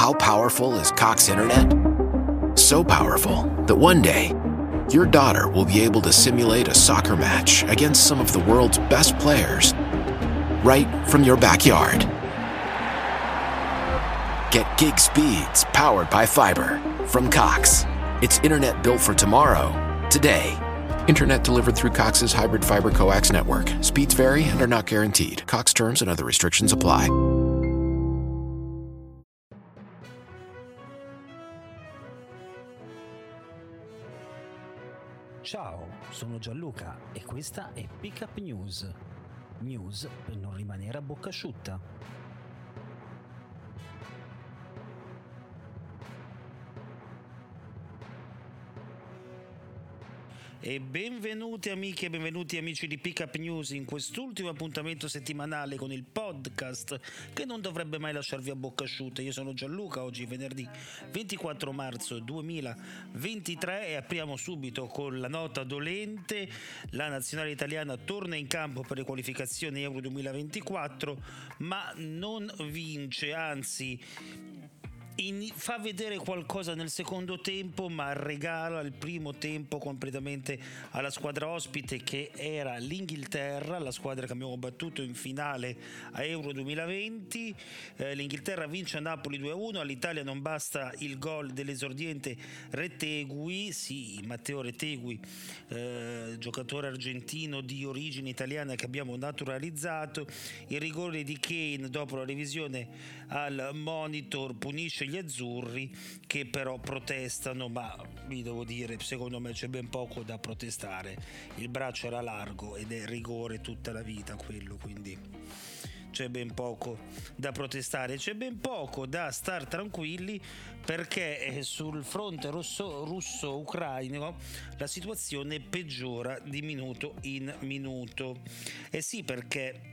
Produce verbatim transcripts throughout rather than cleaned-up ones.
how powerful is Cox Internet? So powerful that one day, your daughter will be able to simulate a soccer match against some of the world's best players right from your backyard. Get gig speeds powered by fiber from Cox. It's internet built for tomorrow, today. Internet delivered through Cox's hybrid fiber coax network. Speeds vary and are not guaranteed. Cox terms and other restrictions apply. Ciao, sono Gianluca e questa è Pick Up News. News per non rimanere a bocca asciutta. E benvenuti amiche e benvenuti amici di Pick Up News in quest'ultimo appuntamento settimanale con il podcast che non dovrebbe mai lasciarvi a bocca asciutta. Io sono Gianluca, oggi è venerdì ventiquattro marzo duemilaventitré e apriamo subito con la nota dolente. La nazionale italiana torna in campo per le qualificazioni Euro duemilaventiquattro ma non vince, anzi In, fa vedere qualcosa nel secondo tempo, ma regala il primo tempo completamente alla squadra ospite, che era l'Inghilterra, la squadra che abbiamo battuto in finale a Euro duemilaventi. Eh, L'Inghilterra vince a Napoli due a uno, all'Italia non basta il gol dell'esordiente Retegui, sì, Matteo Retegui, eh, giocatore argentino di origine italiana che abbiamo naturalizzato. Il rigore di Kane dopo la revisione al monitor punisce gli azzurri, che però protestano, ma vi devo dire, secondo me c'è ben poco da protestare. Il braccio era largo ed è rigore tutta la vita quello, quindi c'è ben poco da protestare, c'è ben poco da star tranquilli, perché sul fronte russo, russo-ucraino la situazione peggiora di minuto in minuto. E sì, perché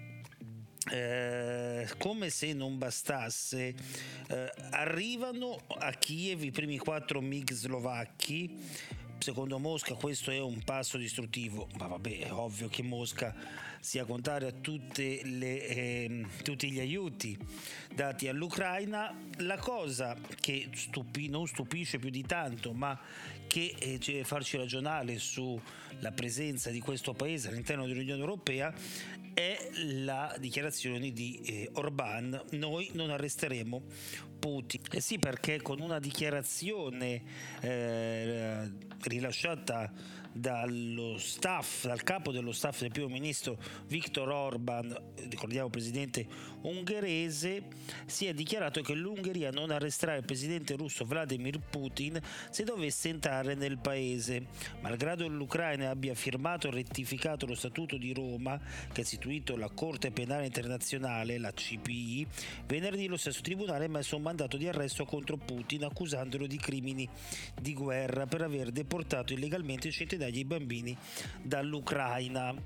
Eh, come se non bastasse, eh, arrivano a Kiev i primi quattro MiG slovacchi. Secondo Mosca questo è un passo distruttivo, ma vabbè, è ovvio che Mosca sia contraria a tutte le, eh, tutti gli aiuti dati all'Ucraina. La cosa che stupi, non stupisce più di tanto, ma che eh, deve farci ragionare sulla presenza di questo paese all'interno dell'Unione Europea è la dichiarazione di eh, Orban: noi non arresteremo Putin. Eh sì, perché con una dichiarazione eh, rilasciata dallo staff, dal capo dello staff del primo ministro Viktor Orban, ricordiamo presidente ungherese, si è dichiarato che l'Ungheria non arresterà il presidente russo Vladimir Putin se dovesse entrare nel paese. Malgrado l'Ucraina abbia firmato e rettificato lo Statuto di Roma, che ha istituito la Corte Penale Internazionale, la C P I, venerdì lo stesso tribunale ha emesso un mandato di arresto contro Putin, accusandolo di crimini di guerra per aver deportato illegalmente centinaia di bambini dall'Ucraina.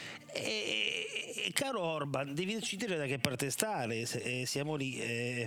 E, e caro Orban, devi decidere da che parte stare. Eh, siamo lì, eh,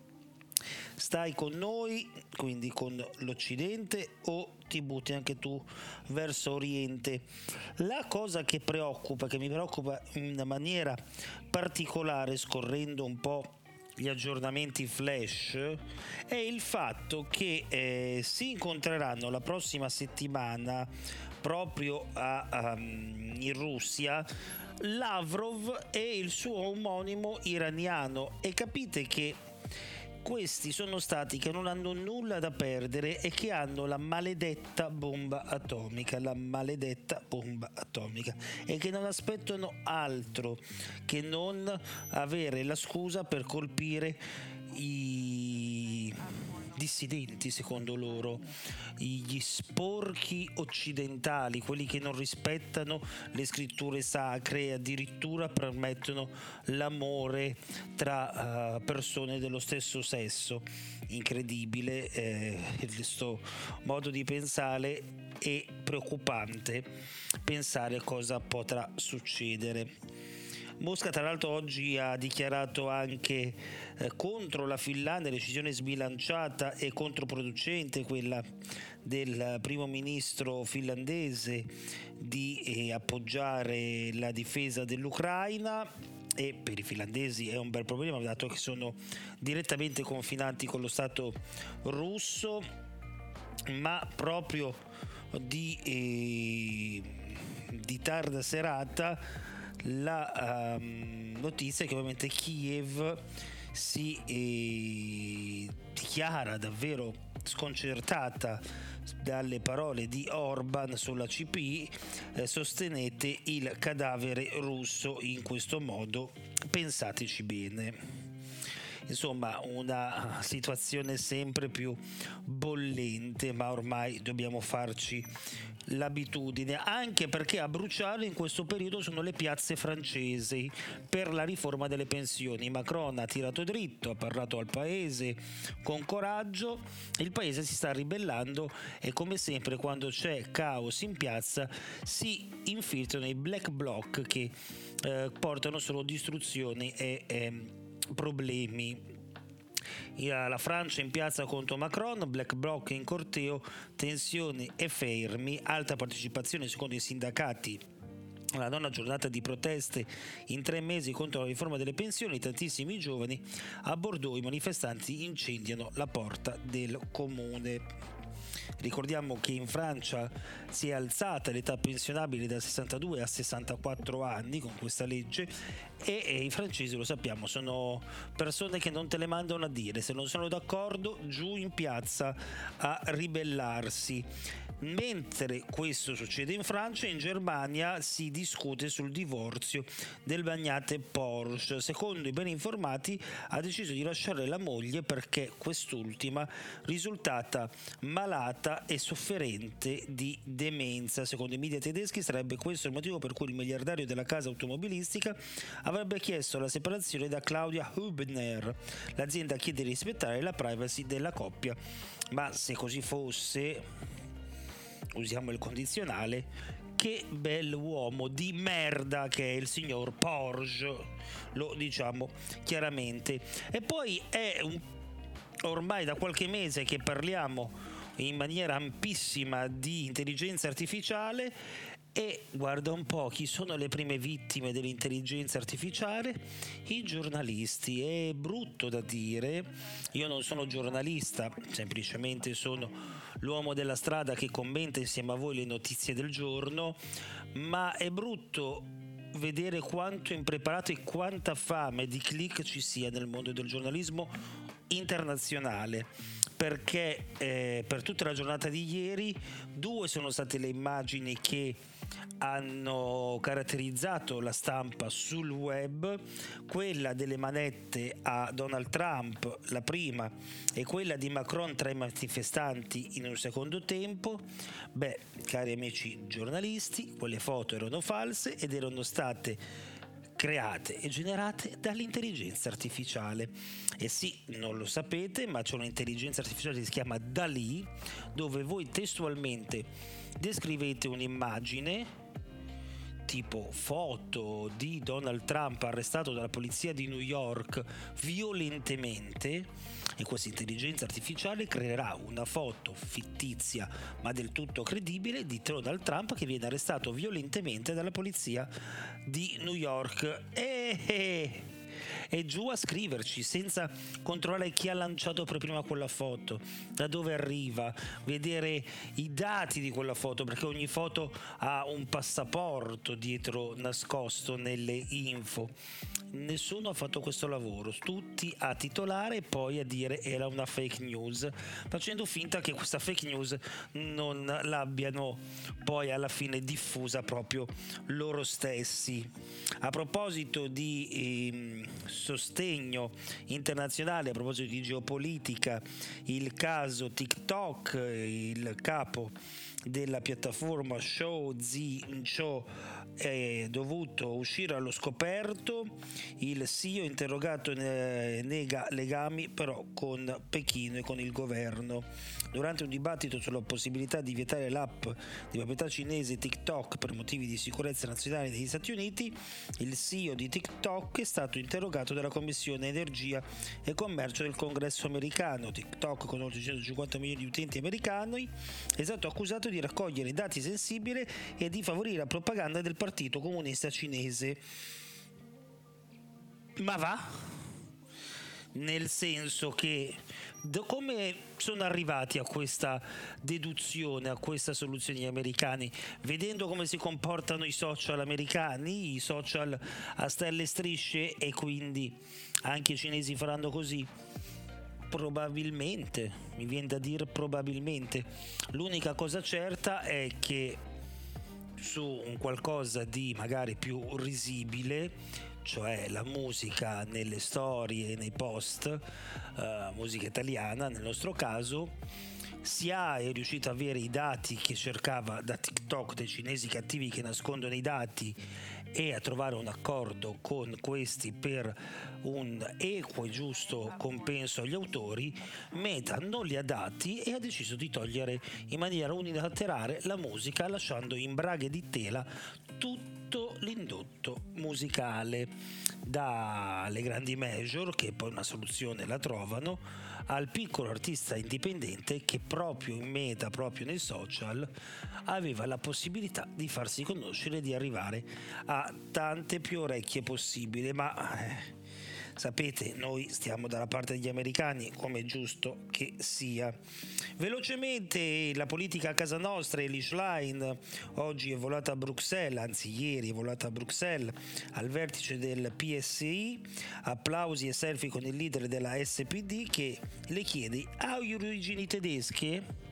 stai con noi, quindi con l'Occidente, o ti butti anche tu verso Oriente? La cosa che preoccupa, che mi preoccupa in maniera particolare, scorrendo un po' gli aggiornamenti flash, è il fatto che eh, si incontreranno la prossima settimana proprio a, um, in Russia Lavrov e il suo omonimo iraniano, e capite che questi sono stati che non hanno nulla da perdere e che hanno la maledetta bomba atomica, la maledetta bomba atomica, e che non aspettano altro che non avere la scusa per colpire i dissidenti, secondo loro, gli sporchi occidentali, quelli che non rispettano le scritture sacre e addirittura permettono l'amore tra uh, persone dello stesso sesso. Incredibile eh, questo modo di pensare, è preoccupante pensare a cosa potrà succedere. Mosca tra l'altro oggi ha dichiarato anche eh, contro la Finlandia, decisione sbilanciata e controproducente quella del primo ministro finlandese di eh, appoggiare la difesa dell'Ucraina. e per i finlandesi è un bel problema dato che sono direttamente confinanti con lo Stato russo, ma proprio di, eh, di tarda serata la um, notizia è che ovviamente Kiev si eh, dichiara davvero sconcertata dalle parole di Orban sulla C P I. Eh, sostenete il cadavere russo in questo modo, pensateci bene. Insomma, una situazione sempre più bollente, ma ormai dobbiamo farci l'abitudine, anche perché a bruciare in questo periodo sono le piazze francesi per la riforma delle pensioni. Macron ha tirato dritto, ha parlato al paese con coraggio, il paese si sta ribellando e come sempre quando c'è caos in piazza si infiltrano i black bloc che eh, portano solo distruzioni e eh, problemi. La Francia in piazza contro Macron, black bloc in corteo, tensioni e fermi, alta partecipazione secondo i sindacati. La nona giornata di proteste in tre mesi contro la riforma delle pensioni, tantissimi giovani. A Bordeaux i manifestanti incendiano la porta del comune. Ricordiamo che in Francia si è alzata l'età pensionabile da sessantadue a sessantaquattro anni con questa legge e, e i francesi, lo sappiamo, sono persone che non te le mandano a dire, se non sono d'accordo giù in piazza a ribellarsi. Mentre questo succede in Francia, in Germania si discute sul divorzio del magnate Porsche. Secondo i ben informati ha deciso di lasciare la moglie perché quest'ultima risultata malata e sofferente di demenza. Secondo i media tedeschi sarebbe questo il motivo per cui il miliardario della casa automobilistica avrebbe chiesto la separazione da Claudia Hübner. L'azienda chiede di rispettare la privacy della coppia, ma se così fosse, usiamo il condizionale, che bell'uomo di merda che è il signor Porsche, lo diciamo chiaramente. E poi è un, ormai da qualche mese che parliamo in maniera ampissima di intelligenza artificiale e guarda un po' chi sono le prime vittime dell'intelligenza artificiale, i giornalisti. È brutto da dire, io non sono giornalista, semplicemente sono l'uomo della strada che commenta insieme a voi le notizie del giorno, ma è brutto vedere quanto impreparato e quanta fame di click ci sia nel mondo del giornalismo internazionale, perché eh, per tutta la giornata di ieri due sono state le immagini che hanno caratterizzato la stampa sul web, quella delle manette a Donald Trump, la prima, e quella di Macron tra i manifestanti in un secondo tempo. Beh, cari amici giornalisti, quelle foto erano false ed erano state create e generate dall'intelligenza artificiale. E sì, non lo sapete, ma c'è un'intelligenza artificiale che si chiama DALL-E, dove voi testualmente descrivete un'immagine tipo foto di Donald Trump arrestato dalla polizia di New York violentemente, e questa intelligenza artificiale creerà una foto fittizia ma del tutto credibile di Donald Trump che viene arrestato violentemente dalla polizia di New York. E e giù a scriverci senza controllare chi ha lanciato per prima quella foto, da dove arriva, vedere i dati di quella foto, perché ogni foto ha un passaporto dietro nascosto nelle info. Nessuno ha fatto questo lavoro, tutti a titolare e poi a dire era una fake news, facendo finta che questa fake news non l'abbiano poi alla fine diffusa proprio loro stessi. A proposito di eh, sostegno internazionale, a proposito di geopolitica, il caso TikTok, il capo della piattaforma Shou Zi-Chou è dovuto uscire allo scoperto. Il C E O interrogato nega legami però con Pechino e con il governo. Durante un dibattito sulla possibilità di vietare l'app di proprietà cinese TikTok per motivi di sicurezza nazionale negli Stati Uniti, il C E O di TikTok è stato interrogato dalla Commissione Energia e Commercio del Congresso americano. TikTok, con oltre centocinquanta milioni di utenti americani, è stato accusato di raccogliere dati sensibili e di favorire la propaganda del Partito Comunista Cinese. Ma va? Nel senso che come sono arrivati a questa deduzione, a questa soluzione gli americani, vedendo come si comportano i social americani, i social a stelle e strisce, e quindi anche i cinesi faranno così? Probabilmente, mi viene da dire probabilmente. L'unica cosa certa è che su un qualcosa di magari più risibile, cioè la musica nelle storie, nei post, uh, musica italiana nel nostro caso, si ha è riuscito ad avere i dati che cercava da TikTok, dei cinesi cattivi che nascondono i dati, e a trovare un accordo con questi per un equo e giusto compenso agli autori. Meta non li ha dati e ha deciso di togliere in maniera unilaterale la musica, lasciando in braghe di tela tutto l'indotto musicale, dalle grandi major, che poi una soluzione la trovano, al piccolo artista indipendente che proprio in Meta, proprio nei social, aveva la possibilità di farsi conoscere e di arrivare a tante più orecchie possibile. Ma eh, sapete, noi stiamo dalla parte degli americani, come è giusto che sia. Velocemente la politica a casa nostra. Elly Schlein oggi è volata a Bruxelles, anzi ieri è volata a Bruxelles al vertice del P S I, applausi e selfie con il leader della S P D che le chiede: hai origini tedesche?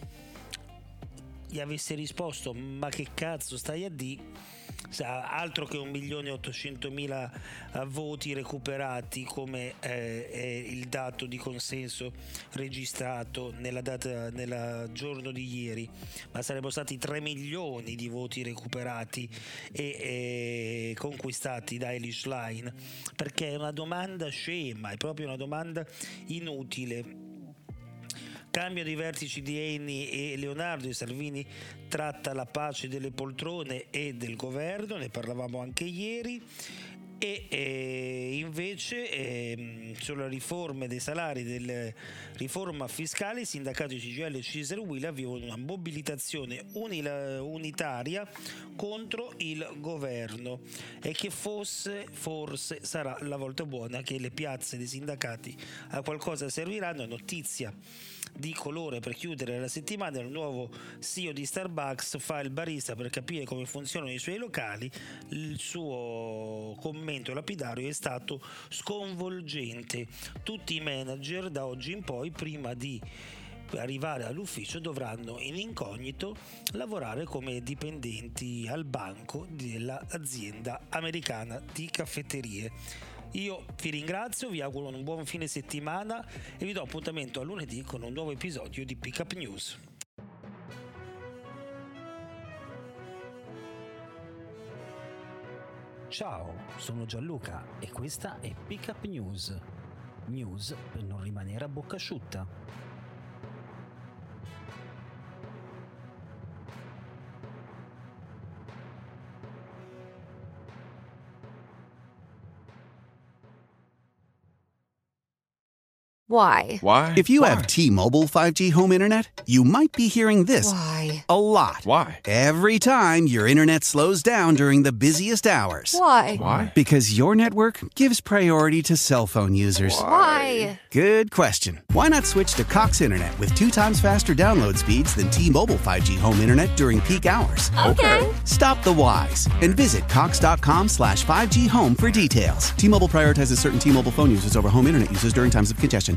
Gli avesse risposto: ma che cazzo stai a di? Altro che un milione e ottocentomila voti recuperati, come eh, è il dato di consenso registrato nella data, nel giorno di ieri, ma sarebbero stati tre milioni di voti recuperati e, e conquistati da Elly Schlein, perché è una domanda scema, è proprio una domanda inutile. Cambio dei vertici di Eni e Leonardo, e Salvini tratta la pace delle poltrone e del governo, ne parlavamo anche ieri. E, e invece eh, sulle riforme dei salari, della riforma fiscale, i sindacati C G I L e Cesare Will avviano una mobilitazione unila, unitaria contro il governo, e che fosse forse sarà la volta buona che le piazze dei sindacati a qualcosa serviranno. Notizia di colore per chiudere la settimana: il nuovo C E O di Starbucks fa il barista per capire come funzionano i suoi locali. Il suo commento lapidario è stato sconvolgente: tutti i manager da oggi in poi, prima di arrivare all'ufficio, dovranno in incognito lavorare come dipendenti al banco dell'azienda americana di caffetterie. Io vi ringrazio, vi auguro un buon fine settimana e vi do appuntamento a lunedì con un nuovo episodio di Pick Up News. Ciao, sono Gianluca e questa è Pick Up News. News per non rimanere a bocca asciutta. Why? Why? If you Why? have T-Mobile five G home internet, you might be hearing this Why? a lot. Why? Every time your internet slows down during the busiest hours. Why? Why? Because your network gives priority to cell phone users. Why? Good question. Why not switch to Cox Internet with two times faster download speeds than T-Mobile five G home internet during peak hours? Okay. Stop the whys and visit cox.com slash 5G home for details. T-Mobile prioritizes certain T-Mobile phone users over home internet users during times of congestion.